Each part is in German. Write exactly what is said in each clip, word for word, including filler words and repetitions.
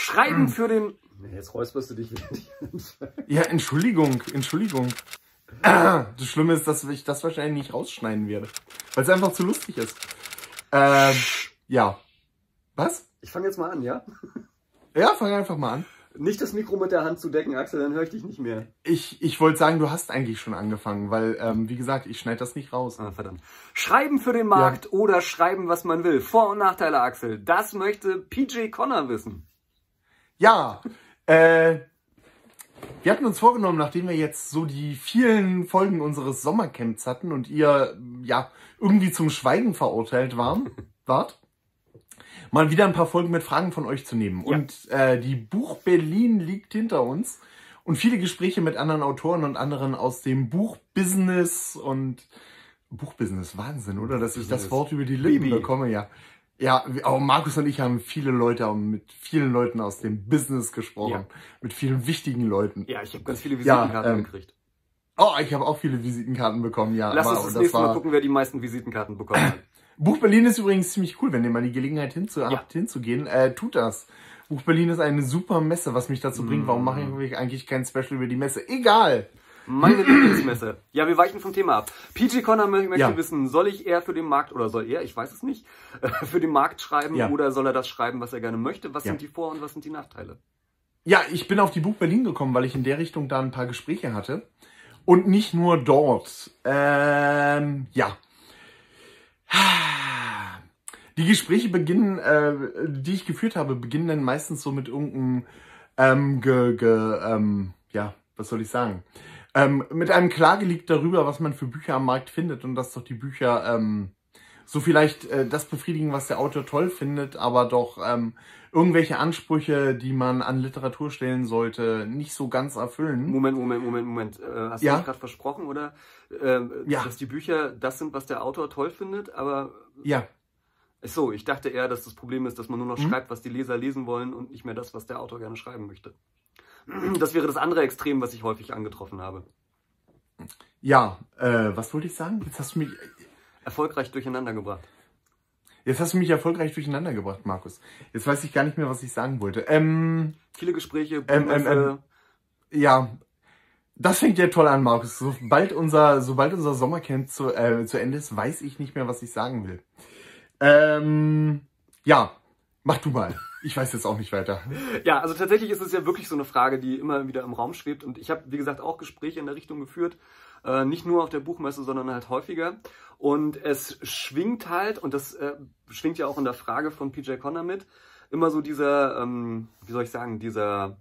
Schreiben für den... Jetzt räusperst du dich wieder. Ja, Entschuldigung, Entschuldigung. Das Schlimme ist, dass ich das wahrscheinlich nicht rausschneiden werde. Weil es einfach zu lustig ist. Ähm, ja. Was? Ich fange jetzt mal an, ja? Ja, fang einfach mal an. Nicht das Mikro mit der Hand zu decken, Axel, dann höre ich dich nicht mehr. Ich, ich wollte sagen, du hast eigentlich schon angefangen, weil, ähm, wie gesagt, ich schneide das nicht raus. Ah, verdammt. Schreiben für den Markt ja. oder schreiben, was man will. Vor- und Nachteile, Axel. Das möchte P J Connor wissen. Ja, äh, wir hatten uns vorgenommen, nachdem wir jetzt so die vielen Folgen unseres Sommercamps hatten und ihr, ja, irgendwie zum Schweigen verurteilt waren, wart, mal wieder ein paar Folgen mit Fragen von euch zu nehmen. Ja. Und äh, die Buch Berlin liegt hinter uns und viele Gespräche mit anderen Autoren und anderen aus dem Buchbusiness und Buchbusiness, Wahnsinn, oder? Dass ich das Wort über die Lippen Baby. bekomme, ja. Ja, auch Markus und ich haben viele Leute, mit vielen Leuten aus dem Business gesprochen, ja. mit vielen wichtigen Leuten. Ja, ich habe ganz viele Visitenkarten ja, ähm, gekriegt. Oh, ich habe auch viele Visitenkarten bekommen, ja. Lass aber, uns das, das nächste war... Mal gucken, wer die meisten Visitenkarten bekommen hat. Buch Berlin ist übrigens ziemlich cool, wenn ihr mal die Gelegenheit hinzu ja. habt, hinzugehen. Äh, tut das. Buch Berlin ist eine super Messe, was mich dazu mm. bringt. Warum mache ich eigentlich kein Special über die Messe? Egal. Meine Lieblingsmesse. Ja, wir weichen vom Thema ab. P J Connor möchte ja. wissen, soll ich eher für den Markt, oder soll er, ich weiß es nicht, für den Markt schreiben ja. oder soll er das schreiben, was er gerne möchte? Was ja. sind die Vor- und was sind die Nachteile? Ja, ich bin auf die Buch Berlin gekommen, weil ich in der Richtung da ein paar Gespräche hatte. Und nicht nur dort. Ähm, ja. Die Gespräche beginnen, äh, die ich geführt habe, beginnen dann meistens so mit irgendeinem, ähm, ge, ge, ähm, ja, was soll ich sagen, ähm, mit einem Klagelied darüber, was man für Bücher am Markt findet und dass doch die Bücher ähm, so vielleicht äh, das befriedigen, was der Autor toll findet, aber doch ähm, irgendwelche Ansprüche, die man an Literatur stellen sollte, nicht so ganz erfüllen. Moment, Moment, Moment, Moment. Äh, hast ja? du dich gerade versprochen, oder? Äh, ja. Dass die Bücher das sind, was der Autor toll findet, aber... Ja. So, ich dachte eher, dass das Problem ist, dass man nur noch mhm. schreibt, was die Leser lesen wollen und nicht mehr das, was der Autor gerne schreiben möchte. Das wäre das andere Extrem, was ich häufig angetroffen habe. Ja, äh, was wollte ich sagen? Jetzt hast du mich... Erfolgreich durcheinander gebracht. Jetzt hast du mich erfolgreich durcheinander gebracht, Markus. Jetzt weiß ich gar nicht mehr, was ich sagen wollte. Ähm, Viele Gespräche, ähm, ähm, ähm, ja, das fängt ja toll an, Markus. Sobald unser, sobald unser Sommercamp zu, äh, zu Ende ist, weiß ich nicht mehr, was ich sagen will. Ähm, ja, mach du mal. Ich weiß jetzt auch nicht weiter. Ja, also tatsächlich ist es ja wirklich so eine Frage, die immer wieder im Raum schwebt. Und ich habe, wie gesagt, auch Gespräche in der Richtung geführt. Äh, nicht nur auf der Buchmesse, sondern halt häufiger. Und es schwingt halt, und das äh, schwingt ja auch in der Frage von P J Connor mit, immer so dieser, ähm, wie soll ich sagen, dieser...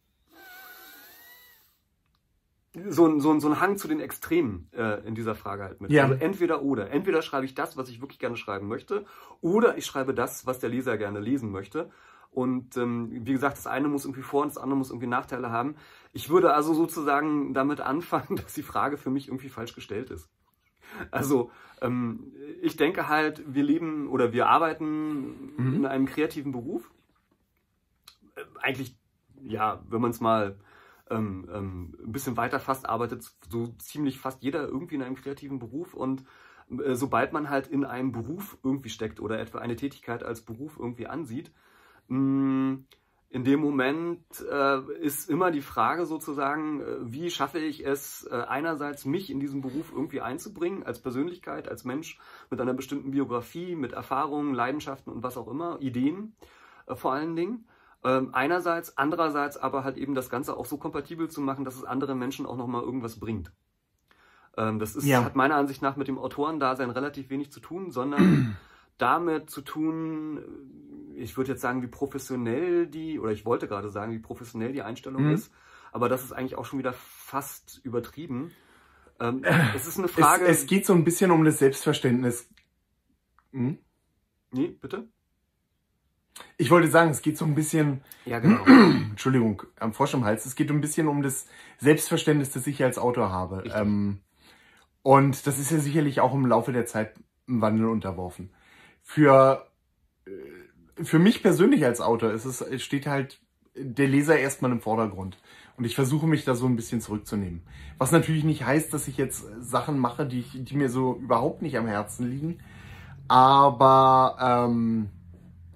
So ein, so, ein, so ein Hang zu den Extremen äh, in dieser Frage halt mit. Ja. Also entweder oder. Entweder schreibe ich das, was ich wirklich gerne schreiben möchte, oder ich schreibe das, was der Leser gerne lesen möchte. Und ähm, wie gesagt, das eine muss irgendwie Vor- und das andere muss irgendwie Nachteile haben. Ich würde also sozusagen damit anfangen, dass die Frage für mich irgendwie falsch gestellt ist. Also ähm, ich denke halt, wir leben oder wir arbeiten mhm. in einem kreativen Beruf. Äh, eigentlich, ja, wenn man es mal... Ähm, ähm, ein bisschen weiter fasst, arbeitet so ziemlich fast jeder irgendwie in einem kreativen Beruf und äh, sobald man halt in einem Beruf irgendwie steckt oder etwa eine Tätigkeit als Beruf irgendwie ansieht, mh, in dem Moment äh, ist immer die Frage sozusagen, äh, wie schaffe ich es äh, einerseits mich in diesen Beruf irgendwie einzubringen, als Persönlichkeit, als Mensch mit einer bestimmten Biografie, mit Erfahrungen, Leidenschaften und was auch immer, Ideen äh, vor allen Dingen. Einerseits, andererseits aber halt eben das Ganze auch so kompatibel zu machen, dass es anderen Menschen auch nochmal irgendwas bringt. Das ist, ja. hat meiner Ansicht nach mit dem Autorendasein relativ wenig zu tun, sondern damit zu tun, ich würde jetzt sagen, wie professionell die, oder ich wollte gerade sagen, wie professionell die Einstellung mhm. ist, aber das ist eigentlich auch schon wieder fast übertrieben. Es ist eine Frage... Es, es geht so ein bisschen um das Selbstverständnis. Hm? Nee, bitte? Ich wollte sagen, es geht so ein bisschen, ja, genau. Entschuldigung, am Frosch im Hals, es geht ein bisschen um das Selbstverständnis, das ich als Autor habe. Ähm, und das ist ja sicherlich auch im Laufe der Zeit im Wandel unterworfen. Für, für mich persönlich als Autor ist es, es steht halt der Leser erstmal im Vordergrund. Und ich versuche mich da so ein bisschen zurückzunehmen. Was natürlich nicht heißt, dass ich jetzt Sachen mache, die, ich, die mir so überhaupt nicht am Herzen liegen. Aber... Ähm,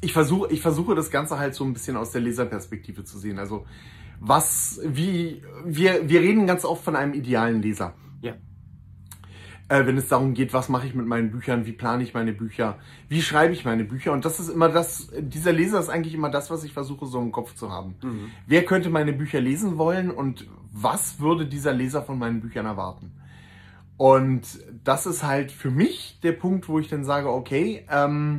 ich versuche, ich versuche das Ganze halt so ein bisschen aus der Leserperspektive zu sehen. Also was, wie, wir, wir reden ganz oft von einem idealen Leser. Ja. Äh, wenn es darum geht, was mache ich mit meinen Büchern, wie plane ich meine Bücher, wie schreibe ich meine Bücher. Und das ist immer das, dieser Leser ist eigentlich immer das, was ich versuche so im Kopf zu haben. Mhm. Wer könnte meine Bücher lesen wollen und was würde dieser Leser von meinen Büchern erwarten? Und das ist halt für mich der Punkt, wo ich dann sage, okay, ähm,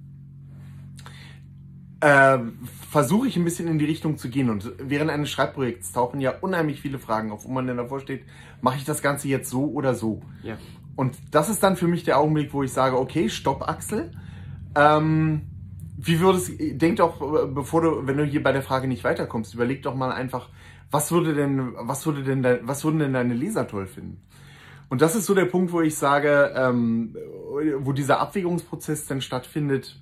äh, versuche ich ein bisschen in die Richtung zu gehen. Und während eines Schreibprojekts tauchen ja unheimlich viele Fragen auf, wo man dann davor steht, mache ich das Ganze jetzt so oder so? Ja. Und das ist dann für mich der Augenblick, wo ich sage, okay, stopp, Axel. Ähm, wie würdest, denk doch, bevor du, wenn du hier bei der Frage nicht weiterkommst, überleg doch mal einfach, was würde denn, was würde denn, was würden denn deine Leser toll finden? Und das ist so der Punkt, wo ich sage, ähm, wo dieser Abwägungsprozess dann stattfindet,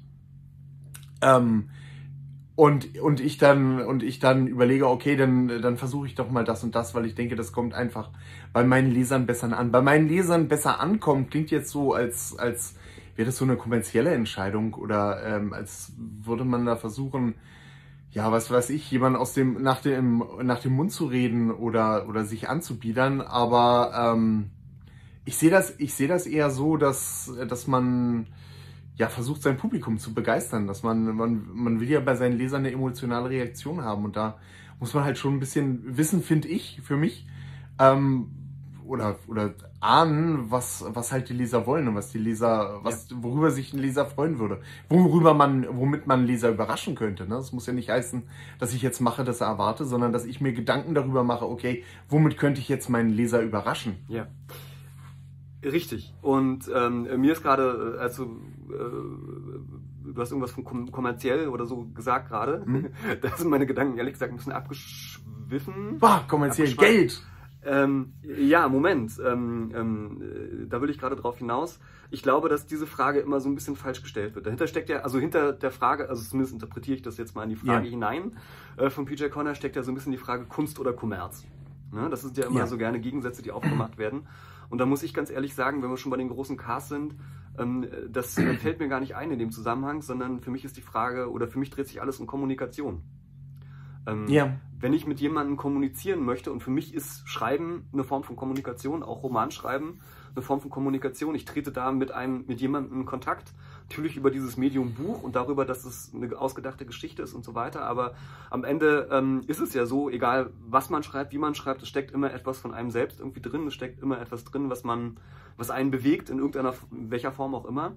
ähm, und, und ich dann, und ich dann überlege, okay, dann, dann versuche ich doch mal das und das, weil ich denke, das kommt einfach bei meinen Lesern besser an. Bei meinen Lesern besser ankommen klingt jetzt so, als, als wäre das so eine kommerzielle Entscheidung oder ähm, als würde man da versuchen, ja, was weiß ich, jemand aus dem, nach dem, nach dem Mund zu reden oder, oder sich anzubiedern. Aber ähm, ich sehe das, ich sehe das eher so, dass, dass man ja versucht, sein Publikum zu begeistern, dass man, man, man will ja bei seinen Lesern eine emotionale Reaktion haben und da muss man halt schon ein bisschen wissen, finde ich, für mich, ähm, oder, oder ahnen, was, was halt die Leser wollen und was die Leser, was, ja. worüber sich ein Leser freuen würde, worüber man, womit man einen Leser überraschen könnte. Ne? Das muss ja nicht heißen, dass ich jetzt mache, dass er erwarte, sondern dass ich mir Gedanken darüber mache, okay, womit könnte ich jetzt meinen Leser überraschen? Ja. Richtig. Und ähm, mir ist gerade, also äh, du hast irgendwas von kom kommerziell oder so gesagt gerade. Mhm. Da sind meine Gedanken ehrlich gesagt ein bisschen abgeschwiffen. Bah, kommerziell Geld! Ähm, ja, Moment. Ähm, ähm, da will ich gerade drauf hinaus. Ich glaube, dass diese Frage immer so ein bisschen falsch gestellt wird. Dahinter steckt ja, also hinter der Frage, also zumindest interpretiere ich das jetzt mal in die Frage ja. hinein, äh, von P J Connor steckt ja so ein bisschen die Frage Kunst oder Kommerz. Ne? Das sind ja immer ja. so gerne Gegensätze, die aufgemacht werden. Und da muss ich ganz ehrlich sagen, wenn wir schon bei den großen Ks sind, ähm, das fällt mir gar nicht ein in dem Zusammenhang, sondern für mich ist die Frage, oder für mich dreht sich alles um Kommunikation. Ähm, ja. Wenn ich mit jemandem kommunizieren möchte, und für mich ist Schreiben eine Form von Kommunikation, auch Romanschreiben eine Form von Kommunikation. Ich trete da mit einem, mit jemandem in Kontakt, natürlich über dieses Medium Buch und darüber, dass es eine ausgedachte Geschichte ist und so weiter. Aber am Ende ähm, ist es ja so, egal was man schreibt, wie man schreibt, es steckt immer etwas von einem selbst irgendwie drin. Es steckt immer etwas drin, was man, was einen bewegt in irgendeiner, welcher Form auch immer.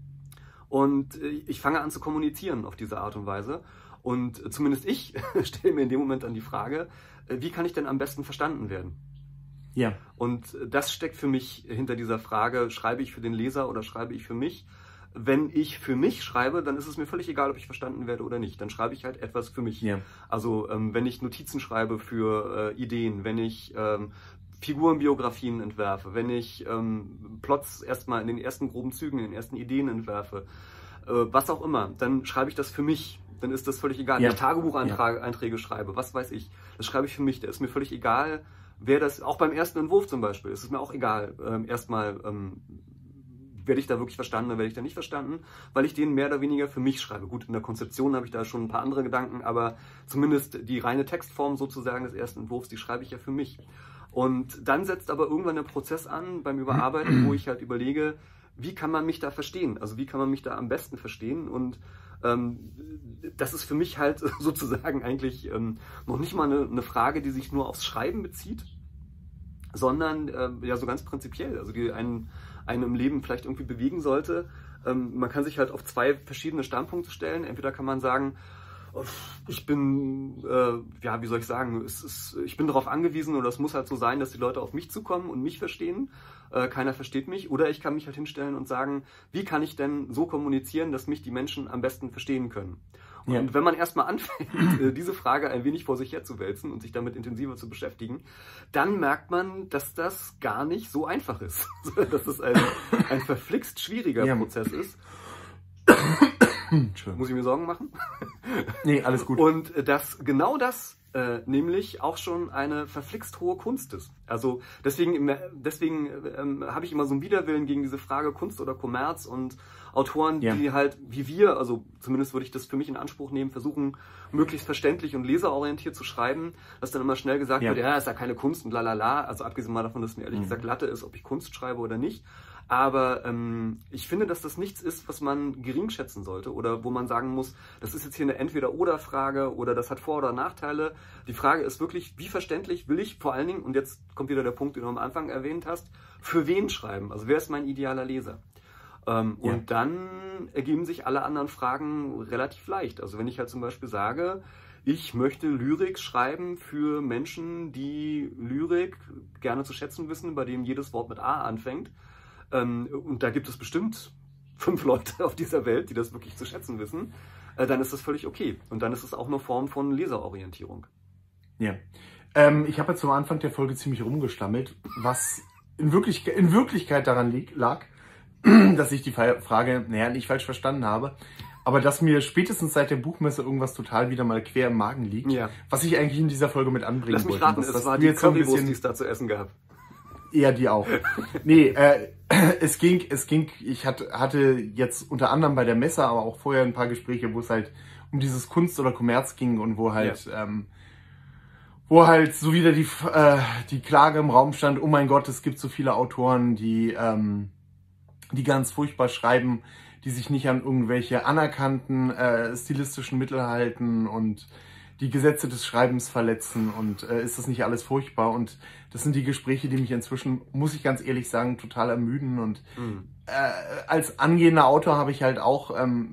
Und ich fange an zu kommunizieren auf diese Art und Weise. Und zumindest ich stelle mir in dem Moment dann die Frage, wie kann ich denn am besten verstanden werden? Ja. Und das steckt für mich hinter dieser Frage, schreibe ich für den Leser oder schreibe ich für mich? Wenn ich für mich schreibe, dann ist es mir völlig egal, ob ich verstanden werde oder nicht. Dann schreibe ich halt etwas für mich. Ja. Also ähm, wenn ich Notizen schreibe für äh, Ideen, wenn ich ähm, Figurenbiografien entwerfe, wenn ich ähm, Plots erstmal in den ersten groben Zügen, in den ersten Ideen entwerfe, äh, was auch immer, dann schreibe ich das für mich. Dann ist das völlig egal. Ja. Wenn ich Tagebucheinträge ja. schreibe, was weiß ich, das schreibe ich für mich. Da ist mir völlig egal, wer das, auch beim ersten Entwurf zum Beispiel, ist es mir auch egal. Ähm, erstmal ähm, werde ich da wirklich verstanden oder werde ich da nicht verstanden, weil ich den mehr oder weniger für mich schreibe. Gut, in der Konzeption habe ich da schon ein paar andere Gedanken, aber zumindest die reine Textform sozusagen des ersten Entwurfs, die schreibe ich ja für mich. Und dann setzt aber irgendwann der Prozess an beim Überarbeiten, wo ich halt überlege, wie kann man mich da verstehen? Also wie kann man mich da am besten verstehen? Und ähm, das ist für mich halt sozusagen eigentlich ähm, noch nicht mal eine, eine Frage, die sich nur aufs Schreiben bezieht, sondern äh, ja so ganz prinzipiell, also die einen, einen im Leben vielleicht irgendwie bewegen sollte. Ähm, man kann sich halt auf zwei verschiedene Standpunkte stellen. Entweder kann man sagen, ich bin, äh, ja, wie soll ich sagen, es ist, ich bin darauf angewiesen oder es muss halt so sein, dass die Leute auf mich zukommen und mich verstehen. Äh, keiner versteht mich. Oder ich kann mich halt hinstellen und sagen, wie kann ich denn so kommunizieren, dass mich die Menschen am besten verstehen können? Und ja. wenn man erstmal anfängt, äh, diese Frage ein wenig vor sich herzuwälzen und sich damit intensiver zu beschäftigen, dann merkt man, dass das gar nicht so einfach ist. Dass es ein, ein verflixt schwieriger ja. Prozess ist. Muss ich mir Sorgen machen? Nee, alles gut. Und dass genau das äh, nämlich auch schon eine verflixt hohe Kunst ist. Also deswegen, deswegen ähm, habe ich immer so einen Widerwillen gegen diese Frage Kunst oder Kommerz und Autoren, Ja. die halt wie wir, also zumindest würde ich das für mich in Anspruch nehmen, versuchen, möglichst verständlich und leserorientiert zu schreiben, dass dann immer schnell gesagt Ja. wird, ja, ist ja keine Kunst und lalala, also abgesehen mal davon, dass mir ehrlich Mhm. gesagt Latte ist, ob ich Kunst schreibe oder nicht. Aber ähm, ich finde, dass das nichts ist, was man gering schätzen sollte oder wo man sagen muss, das ist jetzt hier eine Entweder-Oder-Frage oder das hat Vor- oder Nachteile. Die Frage ist wirklich, wie verständlich will ich vor allen Dingen, und jetzt kommt wieder der Punkt, den du am Anfang erwähnt hast, für wen schreiben? Also wer ist mein idealer Leser? Ähm, Ja. Und dann ergeben sich alle anderen Fragen relativ leicht. Also wenn ich halt zum Beispiel sage, ich möchte Lyrik schreiben für Menschen, die Lyrik gerne zu schätzen wissen, bei dem jedes Wort mit A anfängt, Ähm, und da gibt es bestimmt fünf Leute auf dieser Welt, die das wirklich zu schätzen wissen, äh, dann ist das völlig okay. Und dann ist es auch eine Form von Leserorientierung. Ja. Ähm, ich habe jetzt am Anfang der Folge ziemlich rumgestammelt, was in, Wirklich in Wirklichkeit daran lieg, lag, dass ich die Frage, naja, nicht falsch verstanden habe, aber dass mir spätestens seit der Buchmesse irgendwas total wieder mal quer im Magen liegt, Ja. was ich eigentlich in dieser Folge mit anbringen Lass mich wollte. raten, Das- es das war du die jetzt so ein Currywurst, bisschen- die es da zu essen gab. Ja, die auch. Nee, äh, es ging, es ging, ich hatte, hatte jetzt unter anderem bei der Messe, aber auch vorher ein paar Gespräche, wo es halt um dieses Kunst oder Kommerz ging und wo halt, ähm, wo halt so wieder die, äh, die Klage im Raum stand, oh mein Gott, es gibt so viele Autoren, die, ähm, die ganz furchtbar schreiben, die sich nicht an irgendwelche anerkannten äh, stilistischen Mittel halten und die Gesetze des Schreibens verletzen und äh, ist das nicht alles furchtbar? Und das sind die Gespräche, die mich inzwischen, muss ich ganz ehrlich sagen, total ermüden. Und Mhm. äh, als angehender Autor habe ich halt auch ähm,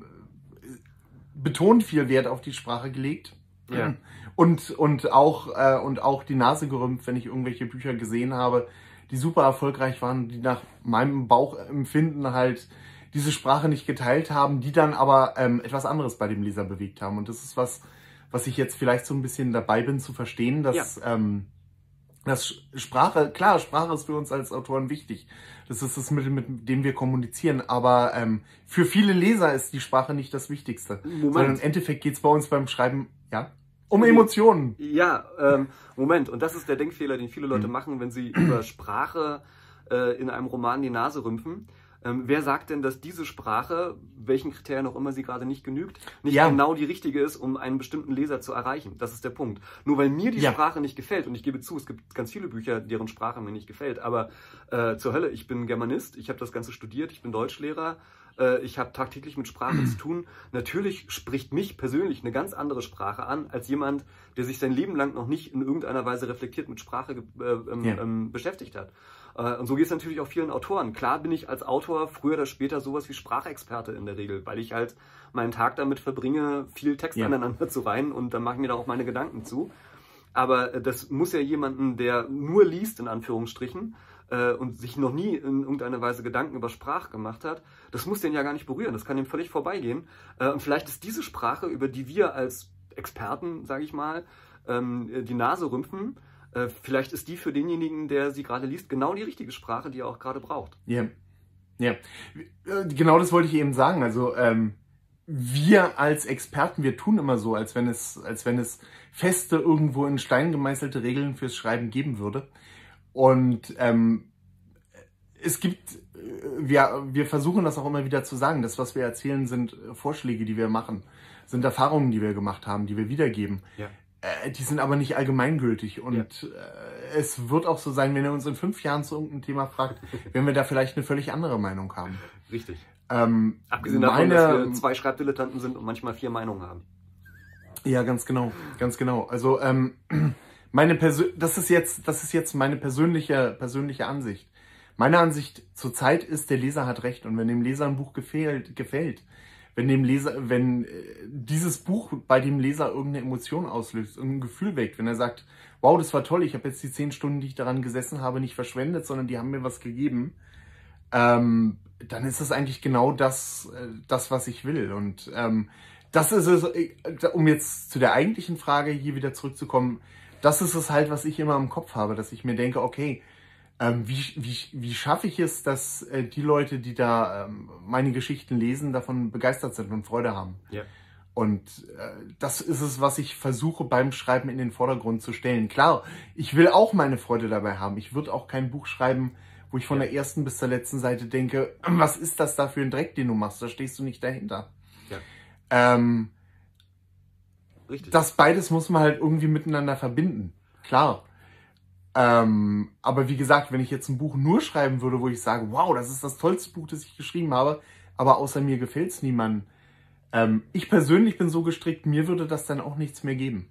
betont viel Wert auf die Sprache gelegt. Ja. Und, und, auch, äh, und auch die Nase gerümpft, wenn ich irgendwelche Bücher gesehen habe, die super erfolgreich waren, die nach meinem Bauchempfinden halt diese Sprache nicht geteilt haben, die dann aber ähm, etwas anderes bei dem Leser bewegt haben. Und das ist was, was ich jetzt vielleicht so ein bisschen dabei bin zu verstehen, dass, Ja. ähm, dass Sprache, klar, Sprache ist für uns als Autoren wichtig. Das ist das Mittel, mit dem wir kommunizieren. Aber ähm, für viele Leser ist die Sprache nicht das Wichtigste. Moment. Sondern im Endeffekt geht es bei uns beim Schreiben, ja, um Emotionen. Ja, ähm, Moment. Und das ist der Denkfehler, den viele Leute Mhm. machen, wenn sie über Sprache äh, in einem Roman die Nase rümpfen. Ähm, wer sagt denn, dass diese Sprache, welchen Kriterien auch immer sie gerade nicht genügt, nicht Ja. genau die richtige ist, um einen bestimmten Leser zu erreichen? Das ist der Punkt. Nur weil mir die Ja. Sprache nicht gefällt, und ich gebe zu, es gibt ganz viele Bücher, deren Sprache mir nicht gefällt, aber äh, zur Hölle, ich bin Germanist, ich habe das Ganze studiert, ich bin Deutschlehrer, äh, ich habe tagtäglich mit Sprache zu tun. Natürlich spricht mich persönlich eine ganz andere Sprache an, als jemand, der sich sein Leben lang noch nicht in irgendeiner Weise reflektiert mit Sprache äh, ähm, Ja. ähm, beschäftigt hat. Und so geht es natürlich auch vielen Autoren. Klar bin ich als Autor früher oder später sowas wie Sprachexperte in der Regel, weil ich halt meinen Tag damit verbringe, viel Text Ja. aneinander zu reihen und dann mache ich mir da auch meine Gedanken zu. Aber das muss ja jemanden, der nur liest, in Anführungsstrichen, äh, und sich noch nie in irgendeiner Weise Gedanken über Sprache gemacht hat, das muss den ja gar nicht berühren. Das kann ihm völlig vorbeigehen. Äh, und vielleicht ist diese Sprache, über die wir als Experten, sage ich mal, ähm, die Nase rümpfen, vielleicht ist die für denjenigen, der sie gerade liest, genau die richtige Sprache, die er auch gerade braucht. Ja, ja. Äh, Genau das wollte ich eben sagen. Also ähm, wir als Experten, wir tun immer so, als wenn es, als wenn es feste, irgendwo in Stein gemeißelte Regeln fürs Schreiben geben würde. Und ähm, es gibt, äh, wir, wir versuchen das auch immer wieder zu sagen. Das, was wir erzählen, sind Vorschläge, die wir machen, sind Erfahrungen, die wir gemacht haben, die wir wiedergeben. Ja. Äh, die sind aber nicht allgemeingültig. Und Ja. äh, es wird auch so sein, wenn ihr uns in fünf Jahren zu irgendeinem Thema fragt, werden wir da vielleicht eine völlig andere Meinung haben. Richtig. Ähm, Abgesehen davon, dass wir zwei Schreibdilettanten sind und manchmal vier Meinungen haben. Ja, ganz genau, ganz genau. Also ähm, meine Persö das ist jetzt, das ist jetzt meine persönliche persönliche Ansicht. Meine Ansicht zurzeit ist, der Leser hat recht, und wenn dem Leser ein Buch gefällt, gefällt, wenn dem Leser, wenn äh, dieses Buch bei dem Leser irgendeine Emotion auslöst, irgendein Gefühl weckt, wenn er sagt, wow, das war toll, ich habe jetzt die zehn Stunden, die ich daran gesessen habe, nicht verschwendet, sondern die haben mir was gegeben, ähm, dann ist das eigentlich genau das, äh, das, was ich will. Und ähm, das ist es, äh, um jetzt zu der eigentlichen Frage hier wieder zurückzukommen, das ist es halt, was ich immer im Kopf habe, dass ich mir denke, okay, ähm, wie, wie, wie schaffe ich es, dass äh, die Leute, die da ähm, meine Geschichten lesen, davon begeistert sind und Freude haben. Ja. Und äh, das ist es, was ich versuche beim Schreiben in den Vordergrund zu stellen. Klar, ich will auch meine Freude dabei haben. Ich würde auch kein Buch schreiben, wo ich von ja. der ersten bis zur letzten Seite denke, was ist das da für ein Dreck, den du machst? Da stehst du nicht dahinter. Ja. Ähm, Richtig. Das beides muss man halt irgendwie miteinander verbinden. Klar. Ähm, aber wie gesagt, wenn ich jetzt ein Buch nur schreiben würde, wo ich sage, wow, das ist das tollste Buch, das ich geschrieben habe, aber außer mir gefällt es niemandem. Ähm, ich persönlich bin so gestrickt, mir würde das dann auch nichts mehr geben.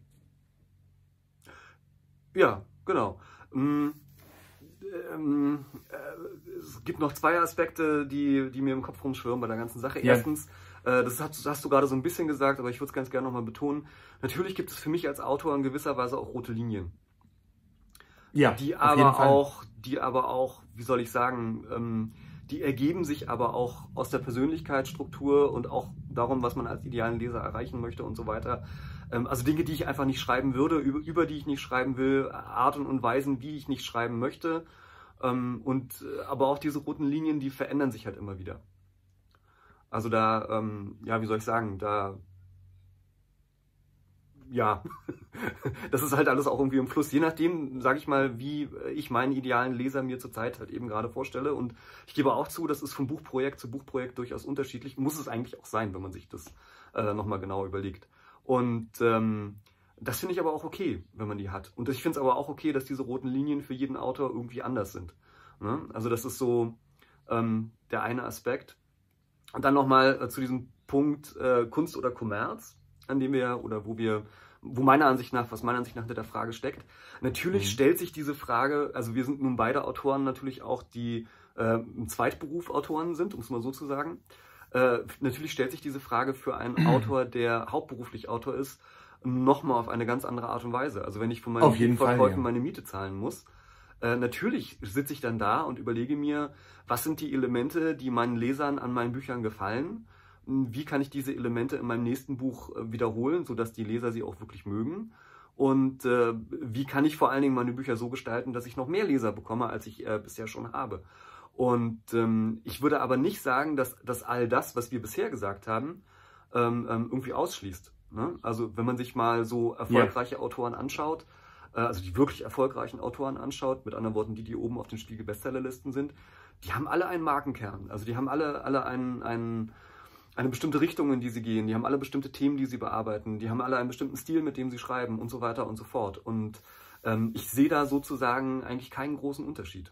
Ja, genau. Ähm, ähm, äh, es gibt noch zwei Aspekte, die, die mir im Kopf rumschwirren bei der ganzen Sache. Ja. Erstens, äh, das hast, hast du gerade so ein bisschen gesagt, aber ich würde es ganz gerne nochmal betonen. Natürlich gibt es für mich als Autor in gewisser Weise auch rote Linien. Ja, die auf jeden aber Fall. auch, die aber auch, wie soll ich sagen, ähm, die ergeben sich aber auch aus der Persönlichkeitsstruktur und auch darum, was man als idealen Leser erreichen möchte und so weiter. Ähm, also Dinge, die ich einfach nicht schreiben würde, über, über die ich nicht schreiben will, Arten und Weisen, wie ich nicht schreiben möchte. Ähm, und äh, aber auch diese roten Linien, die verändern sich halt immer wieder. Also da, ähm, ja, wie soll ich sagen, da ja, das ist halt alles auch irgendwie im Fluss. Je nachdem, sage ich mal, wie ich meinen idealen Leser mir zurzeit halt eben gerade vorstelle. Und ich gebe auch zu, das ist von Buchprojekt zu Buchprojekt durchaus unterschiedlich. Muss es eigentlich auch sein, wenn man sich das äh, nochmal genau überlegt. Und ähm, das finde ich aber auch okay, wenn man die hat. Und ich finde es aber auch okay, dass diese roten Linien für jeden Autor irgendwie anders sind. Ne? Also das ist so ähm, der eine Aspekt. Und dann nochmal äh, zu diesem Punkt äh, Kunst oder Kommerz, an dem wir, oder wo wir, wo meiner Ansicht nach, was meiner Ansicht nach hinter der Frage steckt. Natürlich mhm. stellt sich diese Frage, also wir sind nun beide Autoren natürlich auch, die äh, im Zweitberuf Autoren sind, um es mal so zu sagen. Äh, natürlich stellt sich diese Frage für einen mhm. Autor, der hauptberuflich Autor ist, nochmal auf eine ganz andere Art und Weise. Also wenn ich von meinen Verkäufen ja. meine Miete zahlen muss, äh, natürlich sitze ich dann da und überlege mir, was sind die Elemente, die meinen Lesern an meinen Büchern gefallen. Wie kann ich diese Elemente in meinem nächsten Buch wiederholen, sodass die Leser sie auch wirklich mögen? Und äh, wie kann ich vor allen Dingen meine Bücher so gestalten, dass ich noch mehr Leser bekomme, als ich äh, bisher schon habe? Und ähm, ich würde aber nicht sagen, dass, dass all das, was wir bisher gesagt haben, ähm, ähm, irgendwie ausschließt. Ne? Also wenn man sich mal so erfolgreiche yeah. Autoren anschaut, äh, also die wirklich erfolgreichen Autoren anschaut, mit anderen Worten, die, die oben auf den Spiegel-Bestsellerlisten sind, die haben alle einen Markenkern. Also die haben alle, alle einen... einen eine bestimmte Richtung, in die sie gehen, die haben alle bestimmte Themen, die sie bearbeiten, die haben alle einen bestimmten Stil, mit dem sie schreiben und so weiter und so fort. Und ähm, ich sehe da sozusagen eigentlich keinen großen Unterschied.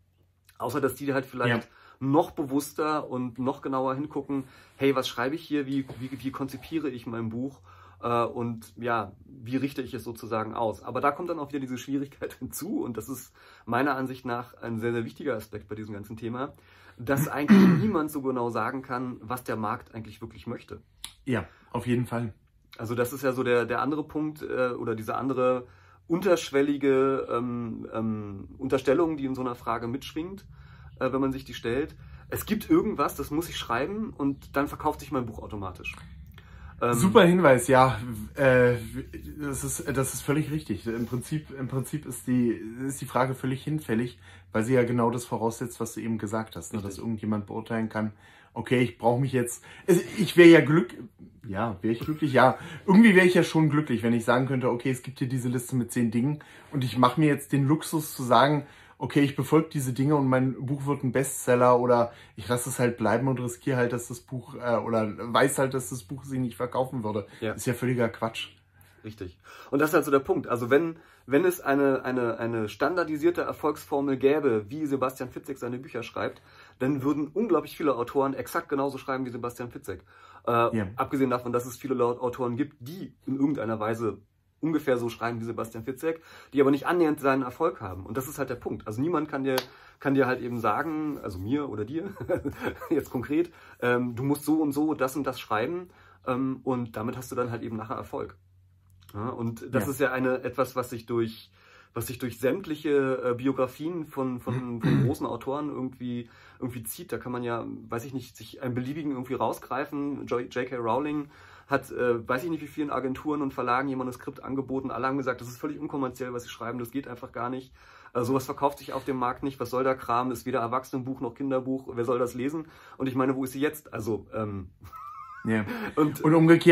Außer, dass die halt vielleicht ja. noch bewusster und noch genauer hingucken, hey, was schreibe ich hier, wie, wie, wie konzipiere ich mein Buch äh, und ja, wie richte ich es sozusagen aus. Aber da kommt dann auch wieder diese Schwierigkeit hinzu und das ist meiner Ansicht nach ein sehr, sehr wichtiger Aspekt bei diesem ganzen Thema, dass eigentlich niemand so genau sagen kann, was der Markt eigentlich wirklich möchte. Ja, auf jeden Fall. Also das ist ja so der, der andere Punkt äh, oder diese andere unterschwellige ähm, ähm, Unterstellung, die in so einer Frage mitschwingt, äh, wenn man sich die stellt. Es gibt irgendwas, das muss ich schreiben und dann verkauft sich mein Buch automatisch. Ähm, Super Hinweis, ja. Äh, das ist, das ist völlig richtig. Im Prinzip, im Prinzip ist die, ist die Frage völlig hinfällig, weil sie ja genau das voraussetzt, was du eben gesagt hast, ne? Dass irgendjemand beurteilen kann, okay, ich brauche mich jetzt, ich wäre ja glück, ja, wäre ich glücklich, ja. Irgendwie wäre ich ja schon glücklich, wenn ich sagen könnte, okay, es gibt hier diese Liste mit zehn Dingen und ich mache mir jetzt den Luxus zu sagen, okay, ich befolge diese Dinge und mein Buch wird ein Bestseller oder ich lasse es halt bleiben und riskiere halt, dass das Buch äh, oder weiß halt, dass das Buch sich nicht verkaufen würde. Ja. Ist ja völliger Quatsch. Richtig. Und das ist halt so der Punkt. Also wenn, wenn es eine, eine, eine standardisierte Erfolgsformel gäbe, wie Sebastian Fitzek seine Bücher schreibt, dann würden unglaublich viele Autoren exakt genauso schreiben wie Sebastian Fitzek. Äh, ja. Abgesehen davon, dass es viele Autoren gibt, die in irgendeiner Weise ungefähr so schreiben wie Sebastian Fitzek, die aber nicht annähernd seinen Erfolg haben. Und das ist halt der Punkt. Also niemand kann dir, kann dir halt eben sagen, also mir oder dir, jetzt konkret, ähm, du musst so und so das und das schreiben ähm, und damit hast du dann halt eben nachher Erfolg. Ja, und das ja. ist ja eine, etwas, was sich durch, was sich durch sämtliche äh, Biografien von, von, von großen Autoren irgendwie, irgendwie zieht. Da kann man ja, weiß ich nicht, sich einen beliebigen irgendwie rausgreifen. J K Rowling hat, äh, weiß ich nicht, wie vielen Agenturen und Verlagen ihr Manuskript angeboten. Alle haben gesagt, das ist völlig unkommerziell, was sie schreiben, das geht einfach gar nicht. Äh, sowas verkauft sich auf dem Markt nicht. Was soll der Kram? Ist weder Erwachsenenbuch noch Kinderbuch. Wer soll das lesen? Und ich meine, wo ist sie jetzt? Also, ähm... ja. und, und umgekehrt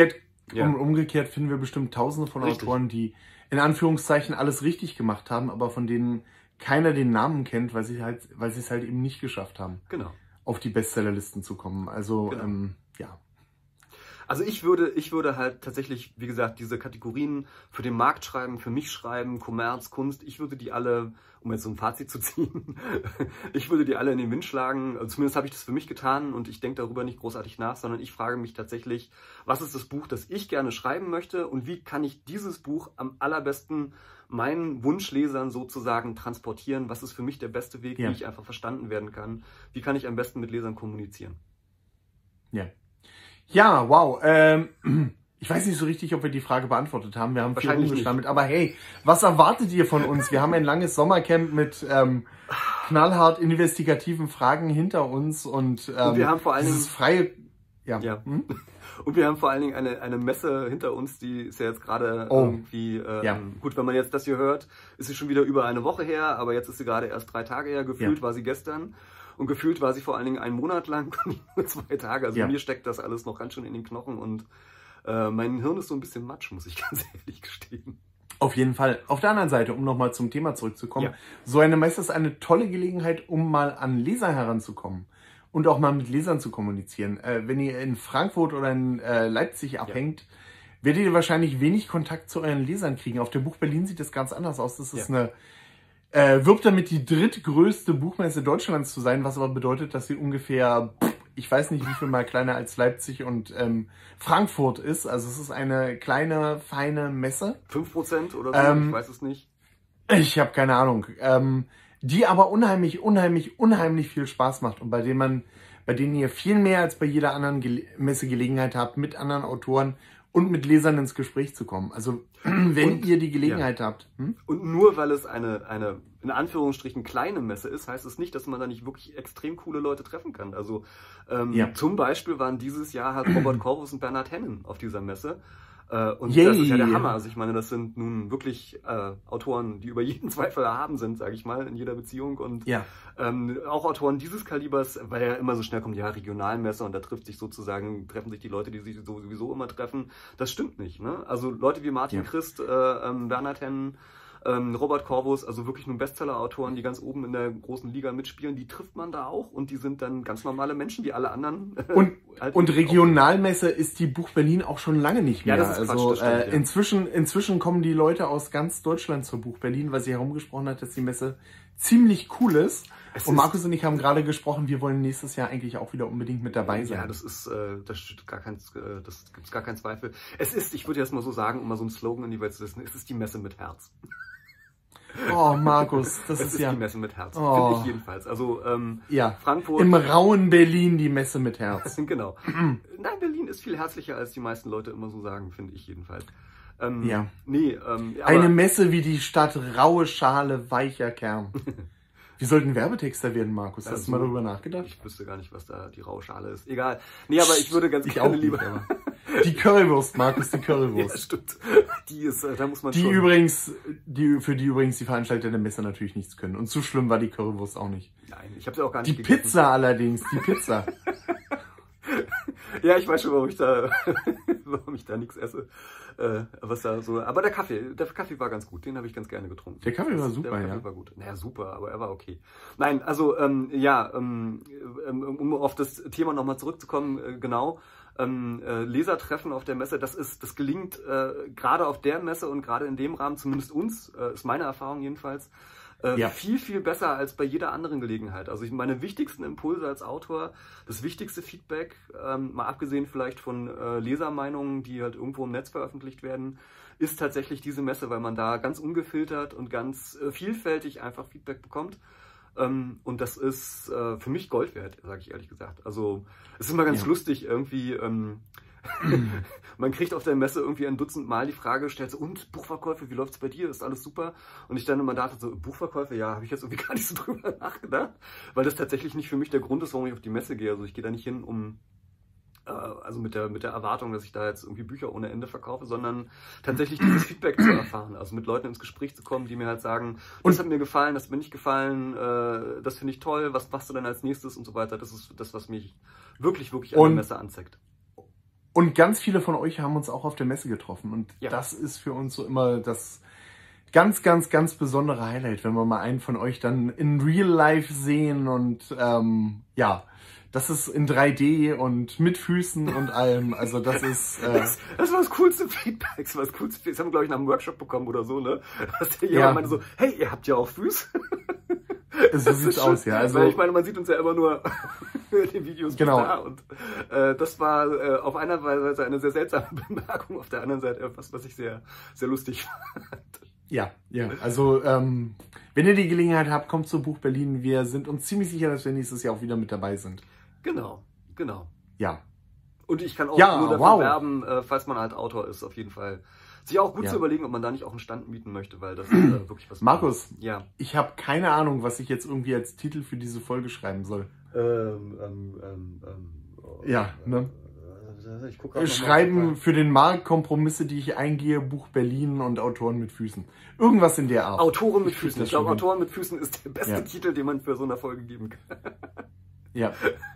Ja. Und umgekehrt finden wir bestimmt tausende von Richtig. Autoren, die in Anführungszeichen alles richtig gemacht haben, aber von denen keiner den Namen kennt, weil sie halt, weil sie es halt eben nicht geschafft haben, Genau. auf die Bestsellerlisten zu kommen. Also, Genau. ähm, ja. Also ich würde, ich würde halt tatsächlich, wie gesagt, diese Kategorien für den Markt schreiben, für mich schreiben, Kommerz, Kunst, ich würde die alle, um jetzt so ein Fazit zu ziehen, ich würde die alle in den Wind schlagen. Also zumindest habe ich das für mich getan und ich denke darüber nicht großartig nach, sondern ich frage mich tatsächlich, was ist das Buch, das ich gerne schreiben möchte und wie kann ich dieses Buch am allerbesten meinen Wunschlesern sozusagen transportieren? Was ist für mich der beste Weg, Ja. wie ich einfach verstanden werden kann? Wie kann ich am besten mit Lesern kommunizieren? Ja. Ja, wow. Ähm, ich weiß nicht so richtig, ob wir die Frage beantwortet haben. Wir haben viel Wahrscheinlich rumgestammelt. Aber hey, was erwartet ihr von uns? Wir haben ein langes Sommercamp mit ähm, knallhart investigativen Fragen hinter uns. Und, ähm, Und wir haben vor allen dieses freie... Ja. Ja. Hm? Und wir haben vor allen Dingen eine, eine Messe hinter uns, die ist ja jetzt gerade Oh. irgendwie, ähm, Ja. gut, wenn man jetzt das hier hört, ist sie schon wieder über eine Woche her, aber jetzt ist sie gerade erst drei Tage her, gefühlt Ja. war sie gestern und gefühlt war sie vor allen Dingen einen Monat lang und nicht nur zwei Tage, also Ja. mir steckt das alles noch ganz schön in den Knochen und äh, mein Hirn ist so ein bisschen matsch, muss ich ganz ehrlich gestehen. Auf jeden Fall. Auf der anderen Seite, um nochmal zum Thema zurückzukommen, Ja. so eine Messe ist eine tolle Gelegenheit, um mal an Leser heranzukommen und auch mal mit Lesern zu kommunizieren. Äh, wenn ihr in Frankfurt oder in äh, Leipzig abhängt, werdet ihr wahrscheinlich wenig Kontakt zu euren Lesern kriegen. Auf der Buch Berlin sieht das ganz anders aus. Das ist Ja. eine, äh, wirbt damit die drittgrößte Buchmesse Deutschlands zu sein, was aber bedeutet, dass sie ungefähr, ich weiß nicht wie viel mal kleiner als Leipzig und ähm, Frankfurt ist. Also es ist eine kleine, feine Messe. fünf Prozent oder so, Ähm, ich weiß es nicht. Ich habe keine Ahnung. Ähm, die aber unheimlich, unheimlich, unheimlich viel Spaß macht und bei denen man, bei denen ihr viel mehr als bei jeder anderen Gele Messe Gelegenheit habt, mit anderen Autoren und mit Lesern ins Gespräch zu kommen. Also wenn Und- ihr die Gelegenheit habt. Hm? Und nur weil es eine, eine, in Anführungsstrichen, kleine Messe ist, heißt es nicht, dass man da nicht wirklich extrem coole Leute treffen kann. Also ähm, Ja. zum Beispiel waren dieses Jahr halt Robert Corvus und Bernhard Hennen auf dieser Messe. Äh, und Yay. das ist ja der Hammer. Also ich meine, das sind nun wirklich äh, Autoren, die über jeden Zweifel erhaben sind, sage ich mal, in jeder Beziehung. Und Ja. ähm, auch Autoren dieses Kalibers, weil ja immer so schnell kommt, ja, Regionalmesse und da trifft sich sozusagen, treffen sich die Leute, die sich sowieso immer treffen. Das stimmt nicht. Ne? Also Leute wie Martin Ja. Christ, äh, ähm, Bernhard Hennen, ähm, Robert Corvus, also wirklich nun Bestseller-Autoren, die ganz oben in der großen Liga mitspielen, die trifft man da auch und die sind dann ganz normale Menschen, wie alle anderen. Und, halt und auch. Regionalmesse ist die Buch Berlin auch schon lange nicht Ja, mehr. das ist Quatsch, also das stimmt, äh, ja. inzwischen, inzwischen kommen die Leute aus ganz Deutschland zur Buch Berlin, weil sie herumgesprochen hat, dass die Messe ziemlich cool ist. Es Und ist- Markus und ich haben gerade gesprochen, wir wollen nächstes Jahr eigentlich auch wieder unbedingt mit dabei sein. Ja, das ist, äh, das steht gar kein, äh, das gibt's gar keinen Zweifel. Es ist, ich würde jetzt mal so sagen, um mal so einen Slogan in die Welt zu setzen, es ist die Messe mit Herz. Oh, Markus, das Es ist ist ja die Messe mit Herz, Oh. finde ich jedenfalls. Also ähm, ja Frankfurt. im rauen Berlin die Messe mit Herz. Genau. Nein, Berlin ist viel herzlicher, als die meisten Leute immer so sagen, finde ich jedenfalls. Ähm, Ja. Nee, ähm, aber Eine Messe wie die Stadt, raue Schale, weicher Kern. Wir sollten Werbetexter werden, Markus. Hast Also, du mal darüber nachgedacht? ich wüsste gar nicht, was da die raue Schale ist. Egal. Nee, aber ich würde ganz Ich gerne auch nicht, lieber. aber- Die Currywurst, Markus, die Ja, Currywurst. stimmt. Die ist, äh, da muss man Die schon. übrigens, die, für die übrigens die Veranstalter der Messe natürlich nichts können. Und so schlimm war die Currywurst auch nicht. Nein, ich habe sie auch gar Die nicht gegessen. Pizza allerdings, die Pizza. Ja, ich weiß schon, warum ich da, warum ich da nichts esse. Äh, was da so. Aber der Kaffee, der Kaffee war ganz gut. Den habe ich ganz gerne getrunken. Der Kaffee war Das- super, der Kaffee ja. war gut. Naja, super, aber er war okay. Nein, also ähm, ja, ähm, ähm, um auf das Thema nochmal zurückzukommen, äh, genau. Ähm, äh, Lesertreffen auf der Messe, das ist, das gelingt äh, gerade auf der Messe und gerade in dem Rahmen, zumindest uns, äh, ist meine Erfahrung jedenfalls, äh, Ja. viel, viel besser als bei jeder anderen Gelegenheit. Also ich meine wichtigsten Impulse als Autor, das wichtigste Feedback, ähm, mal abgesehen vielleicht von äh, Lesermeinungen, die halt irgendwo im Netz veröffentlicht werden, ist tatsächlich diese Messe, weil man da ganz ungefiltert und ganz äh, vielfältig einfach Feedback bekommt. Ähm, und das ist äh, für mich Gold wert, sage ich ehrlich gesagt. Also es ist immer ganz Ja. lustig irgendwie. Ähm, man kriegt auf der Messe irgendwie ein Dutzend Mal die Frage gestellt, so, und Buchverkäufe, wie läuft's bei dir? Ist alles super? Und ich dann immer dachte so, Buchverkäufe, ja, habe ich jetzt irgendwie gar nicht so drüber nachgedacht, weil das tatsächlich nicht für mich der Grund ist, warum ich auf die Messe gehe. Also ich gehe da nicht hin, um äh, also mit der, mit der Erwartung, dass ich da jetzt irgendwie Bücher ohne Ende verkaufe, sondern tatsächlich dieses Feedback zu erfahren, also mit Leuten ins Gespräch zu kommen, die mir halt sagen, das hat mir gefallen, das hat mir nicht gefallen, äh, das finde ich toll, was machst du denn als nächstes und so weiter. Das ist das, was mich wirklich, wirklich an Und- der Messe anzeigt. Und ganz viele von euch haben uns auch auf der Messe getroffen. Und Ja. das ist für uns so immer das ganz, ganz, ganz besondere Highlight, wenn wir mal einen von euch dann in Real Life sehen. Und ähm, ja, das ist in drei D und mit Füßen und allem. Also das ist... Äh, Das, das war das coolste Feedback. Das war das coolste Feedback. Das haben wir, glaube ich, nach einem Workshop bekommen oder so, ne? Dass der jemand Ja. meinte so, hey, ihr habt ja auch Füße. so sieht's aus, ja. Also Weil ich meine, man sieht uns ja immer nur in den Videos Genau. da. Und äh, das war äh, auf einer Seite eine sehr seltsame Bemerkung, auf der anderen Seite etwas, was ich sehr, sehr lustig fand. ja, ja. Also ähm, wenn ihr die Gelegenheit habt, kommt zu Buch Berlin. Wir sind uns ziemlich sicher, dass wir nächstes Jahr auch wieder mit dabei sind. Genau, genau. Ja. Und ich kann auch Ja, nur dafür wow. werben, äh, falls man halt Autor ist, auf jeden Fall. Sich auch gut Ja. zu überlegen, ob man da nicht auch einen Stand mieten möchte, weil das äh, wirklich was... Markus, Ja. ich habe keine Ahnung, was ich jetzt irgendwie als Titel für diese Folge schreiben soll. Ähm, ähm, ähm, ähm, oh, Ja, ne? äh, Ich guck grad noch mal, Schreiben ob für den Markt, Kompromisse, die ich eingehe, Buch Berlin und Autoren mit Füßen. Irgendwas in der Art. Autoren mit Ich krieg Füßen. das Ich glaube, schon hin. Autoren mit Füßen ist der beste Ja. Titel, den man für so eine Folge geben kann. Ja.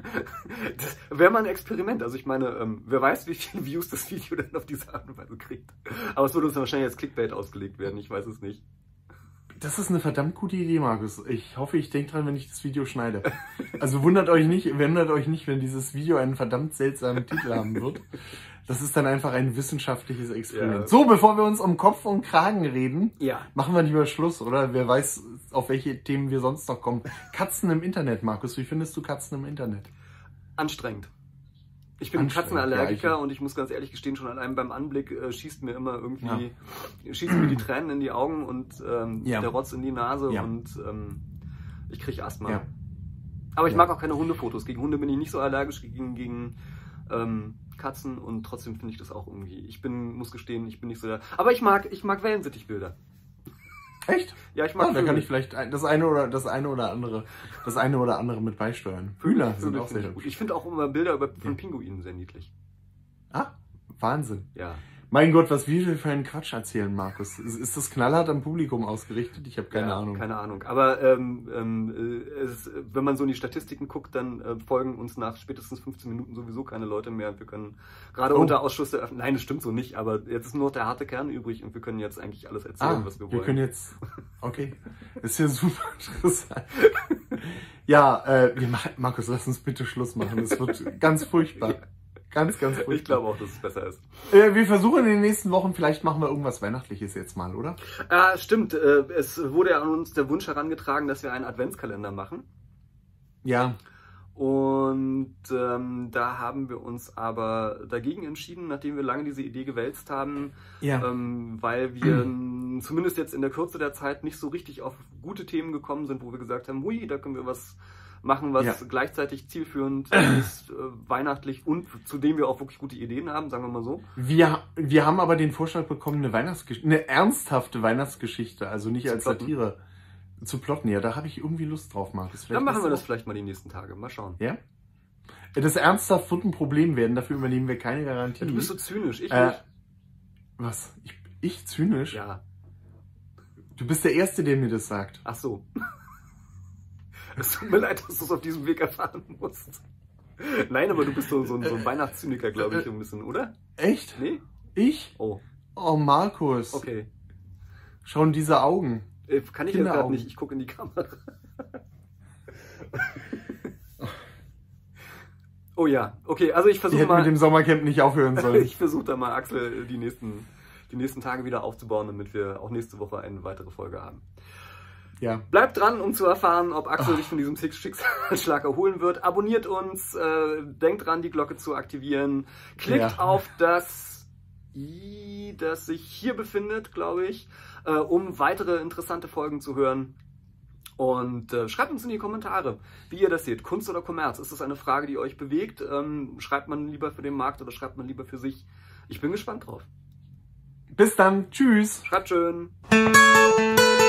Das wäre mal ein Experiment. Also ich meine, ähm, wer weiß, wie viele Views das Video dann auf diese Art und Weise kriegt. Aber es würde uns dann wahrscheinlich als Clickbait ausgelegt werden. Ich weiß es nicht. Das ist eine verdammt gute Idee, Markus. Ich hoffe, ich denke dran, wenn ich das Video schneide. Also wundert euch nicht, wundert euch nicht, wenn dieses Video einen verdammt seltsamen Titel haben wird. Das ist dann einfach ein wissenschaftliches Experiment. Ja. So, bevor wir uns um Kopf und Kragen reden, Ja. machen wir lieber Schluss, oder? Wer weiß, auf welche Themen wir sonst noch kommen. Katzen im Internet, Markus. Wie findest du Katzen im Internet? Anstrengend. Ich bin Anstrengend, Katzenallergiker ja, ich- und ich muss ganz ehrlich gestehen, schon allein beim Anblick äh, schießt mir immer irgendwie, schießen mir die Tränen in die Augen und ähm, Ja. der Rotz in die Nase Ja. und ähm, ich kriege Asthma. Ja. Aber ich Ja. mag auch keine Hundefotos. Gegen Hunde bin ich nicht so allergisch, gegen, gegen ähm, Katzen und trotzdem finde ich das auch irgendwie. Ich bin, muss gestehen, ich bin nicht so der. Aber ich mag, ich mag Wellensittichbilder. Echt? Ja, ich mag Ah, da kann Vögel. ich vielleicht ein- das eine oder das eine oder andere, das eine oder andere mit beisteuern. Hühner sind Vögel auch finde sehr ich gut. hübsch. Ich finde auch immer Bilder über, von Ja. Pinguinen sehr niedlich. Ah, Wahnsinn. Ja. Mein Gott, was wir für einen Quatsch erzählen, Markus. Ist, ist das knallhart am Publikum ausgerichtet? Ich habe keine ja, Ahnung. Keine Ahnung. Aber ähm, ähm, äh, es, wenn man so in die Statistiken guckt, dann äh, folgen uns nach spätestens fünfzehn Minuten sowieso keine Leute mehr. Wir können gerade Oh. unter Ausschuss der Öffentlichkeit. Nein, das stimmt so nicht, aber jetzt ist nur noch der harte Kern übrig und wir können jetzt eigentlich alles erzählen, Ah, was wir wir wollen. können jetzt. Okay, ist ja super interessant. Ja, äh, wir machen, Markus, lass uns bitte Schluss machen. Es wird ganz furchtbar. Ganz, ganz furchtbar. Ich glaube auch, dass es besser ist. Äh, wir versuchen in den nächsten Wochen, vielleicht machen wir irgendwas Weihnachtliches jetzt mal, oder? Ah, stimmt. Äh, es wurde ja an uns der Wunsch herangetragen, dass wir einen Adventskalender machen. Ja. Und ähm, da haben wir uns aber dagegen entschieden, nachdem wir lange diese Idee gewälzt haben, Ja. ähm, weil wir n- zumindest jetzt in der Kürze der Zeit nicht so richtig auf gute Themen gekommen sind, wo wir gesagt haben, hui, da können wir was machen, was Ja. gleichzeitig zielführend ist, äh, weihnachtlich und zu dem wir auch wirklich gute Ideen haben, sagen wir mal so. Wir, wir haben aber den Vorschlag bekommen, eine Weihnachtsgeschichte, eine ernsthafte Weihnachtsgeschichte, also nicht Zu als plotten. Satire zu plotten. Ja, da habe ich irgendwie Lust drauf, Markus. Vielleicht Dann machen hast wir du das vielleicht mal die nächsten Tage. Mal schauen. Ja? Das ernsthaft wird ein Problem werden, dafür übernehmen wir keine Garantie. Ja, du bist so zynisch, ich Äh, nicht. Was? Ich, ich zynisch? Ja, Du bist der Erste, der mir das sagt. ach so. Es tut mir leid, dass du es auf diesem Weg erfahren musst. Nein, aber du bist so, so, ein- so ein Weihnachtszyniker, glaube ich, so ein bisschen, oder? Echt? Nee? Ich? Oh, Oh, Markus. okay. Schauen diese Augen. Äh, Kann ich jetzt gerade Kinderaugen. nicht, ich gucke in die Kamera. Oh ja, okay, also ich Die versuche hätten mit mal, dem Sommercamp nicht aufhören sollen. ich versuche da mal Axel die nächsten, die nächsten Tage wieder aufzubauen, damit wir auch nächste Woche eine weitere Folge haben. Ja. Bleibt dran, um zu erfahren, ob Axel sich von diesem Schicksalsschlag erholen wird. Abonniert uns, äh, denkt dran, die Glocke zu aktivieren. Klickt Ja. auf das i, das sich hier befindet, glaube ich, äh, um weitere interessante Folgen zu hören. Und äh, schreibt uns in die Kommentare, wie ihr das seht. Kunst oder Kommerz? Ist das eine Frage, die euch bewegt? Ähm, schreibt man lieber für den Markt oder schreibt man lieber für sich? Ich bin gespannt drauf. Bis dann. Tschüss. Schreibt schön.